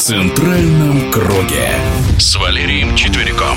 центральном круге с Валерием Четвериком.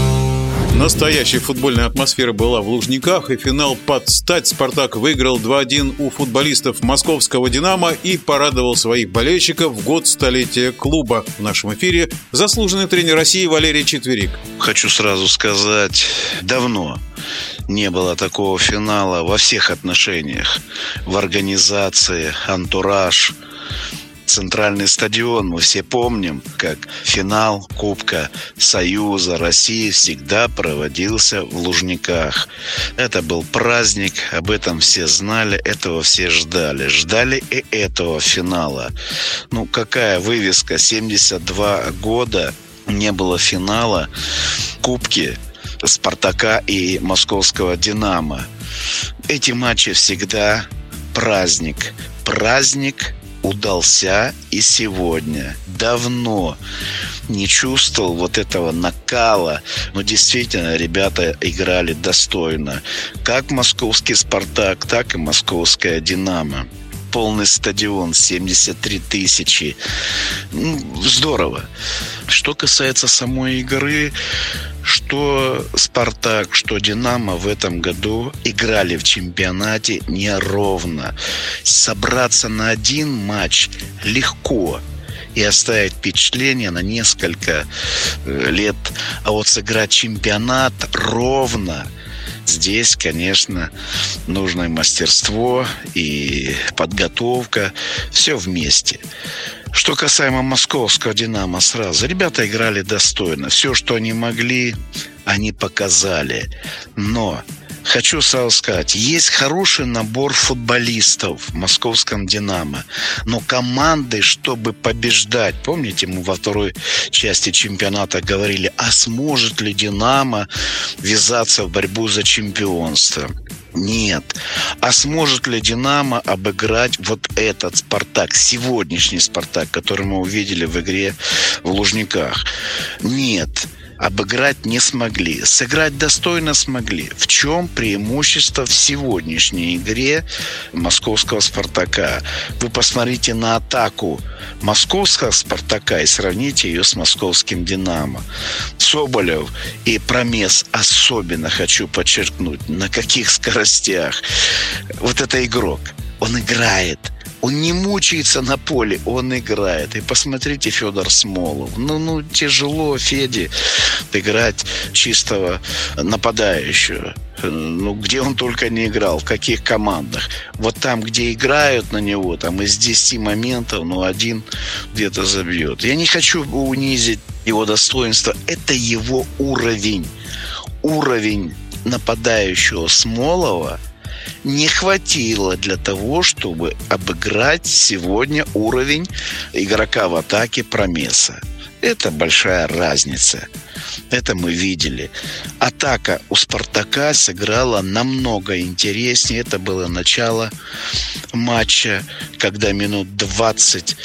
Настоящая футбольная атмосфера была в Лужниках, и финал под стать «Спартак» выиграл 2-1 у футболистов московского «Динамо» и порадовал своих болельщиков в год столетия клуба. В нашем эфире заслуженный тренер России Валерий Четверик. Хочу сразу сказать, давно не было такого финала во всех отношениях. В организации, антураж, центральный стадион. Мы все помним, как финал Кубка Союза России всегда проводился в Лужниках. Это был праздник, об этом все знали, этого все ждали. Ждали и этого финала. Какая вывеска? 72 года не было финала Кубки Спартака и московского «Динамо». Эти матчи всегда праздник. Праздник удался и сегодня. Давно не чувствовал вот этого накала. Но действительно, ребята играли достойно. Как московский «Спартак», так и московская «Динамо». Полный стадион, 73 тысячи. Здорово. Что касается самой игры, что «Спартак», что «Динамо» в этом году играли в чемпионате неровно. Собраться на один матч легко и оставить впечатление на несколько лет. А вот сыграть чемпионат ровно, здесь, конечно, нужно и мастерство, и подготовка. Все вместе. Что касаемо московского «Динамо», сразу. Ребята играли достойно. Все, что они могли, они показали. Но хочу сразу сказать, есть хороший набор футболистов в московском «Динамо». Но команды, чтобы побеждать, помните, мы во второй части чемпионата говорили, а сможет ли «Динамо» ввязаться в борьбу за чемпионство? Нет. А сможет ли «Динамо» обыграть вот этот «Спартак», сегодняшний «Спартак», который мы увидели в игре в Лужниках? Нет. Обыграть не смогли. Сыграть достойно смогли. В чем преимущество в сегодняшней игре московского «Спартака»? Вы посмотрите на атаку московского «Спартака» и сравните ее с московским «Динамо». Соболев и Промес, особенно хочу подчеркнуть, на каких скоростях. Вот это игрок. Он играет. Он не мучается на поле, он играет. И посмотрите, Федор Смолов. Тяжело Феде играть чистого нападающего. Где он только не играл, в каких командах. Вот там, где играют на него, там из 10 моментов, один где-то забьет. Я не хочу унизить его достоинство. Это его уровень. Уровень нападающего Смолова не хватило для того, чтобы обыграть сегодня уровень игрока в атаке Промеса. Это большая разница. Это мы видели. Атака у «Спартака» сыграла намного интереснее. Это было начало матча, когда минут 20,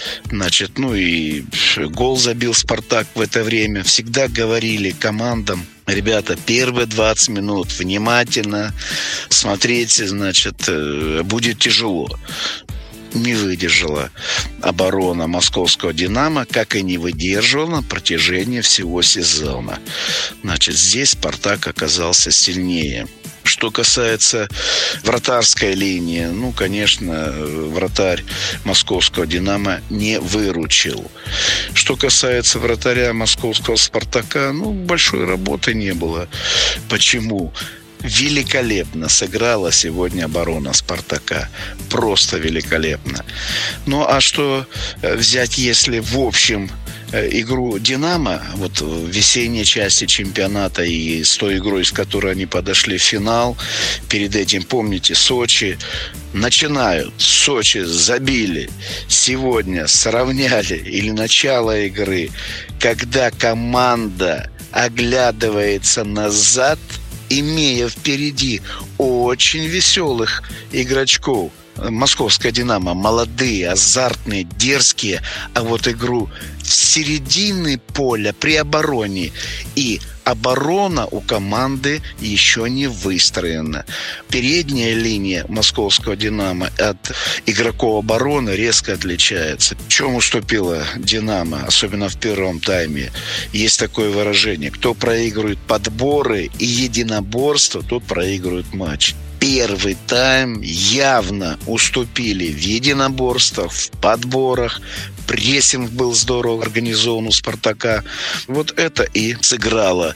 и гол забил «Спартак» в это время. Всегда говорили командам: ребята, первые 20 минут внимательно смотрите, будет тяжело. Не выдержала оборона московского «Динамо», как и не выдерживала на протяжении всего сезона. Здесь «Спартак» оказался сильнее. Что касается вратарской линии, конечно, вратарь московского «Динамо» не выручил. Что касается вратаря московского «Спартака», большой работы не было. Почему? Великолепно сыграла сегодня оборона «Спартака». Просто великолепно. А что взять, если в общем игру «Динамо», в весенней части чемпионата и с той игрой, с которой они подошли в финал, перед этим, помните, Сочи, начинают, Сочи забили, сегодня сравняли, или начало игры, когда команда оглядывается назад, имея впереди очень веселых игрочков. Московская «Динамо» молодые, азартные, дерзкие, а вот игру в середине поля при обороне и оборона у команды еще не выстроена. Передняя линия московского «Динамо» от игроков обороны резко отличается. В чем уступила «Динамо», особенно в первом тайме? Есть такое выражение: кто проигрывает подборы и единоборство, тот проигрывает матч. Первый тайм явно уступили в единоборствах, в подборах. Прессинг был здорово организован у «Спартака». Вот это и сыграло,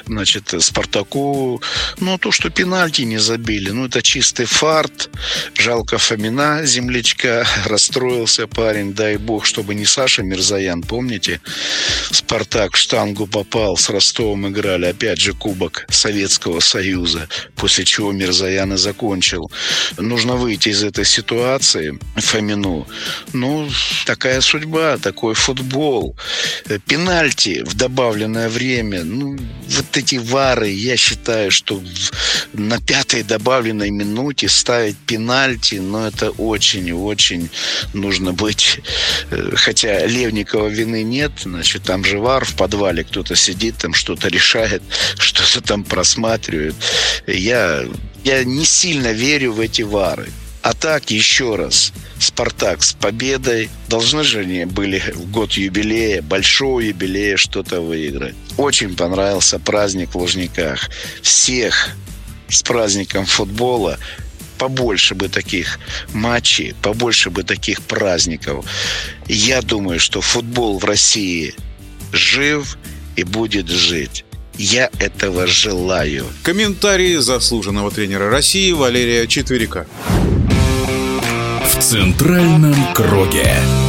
«Спартаку». То, что пенальти не забили, это чистый фарт. Жалко Фомина, землячка. Расстроился парень. Дай бог, чтобы не Саша Мирзоян. Помните? «Спартак» в штангу попал. С Ростовом играли. Опять же, Кубок Советского Союза. После чего Мирзоян и закончил. Нужно выйти из этой ситуации Фомину. Такая судьба, такой футбол. Пенальти в добавленное время. Вот эти вары, я считаю, что на 5-й добавленной минуте ставить пенальти, это очень-очень нужно быть. Хотя Левникова вины нет, там же вар в подвале, кто-то сидит, там что-то решает, что-то там просматривает. Я не сильно верю в эти вары. А так, еще раз, «Спартак» с победой. Должны же они были в год юбилея, большого юбилея, что-то выиграть. Очень понравился праздник в Лужниках. Всех с праздником футбола. Побольше бы таких матчей, побольше бы таких праздников. Я думаю, что футбол в России жив и будет жить. Я этого желаю. Комментарии заслуженного тренера России Валерия Четверика. В центральном круге.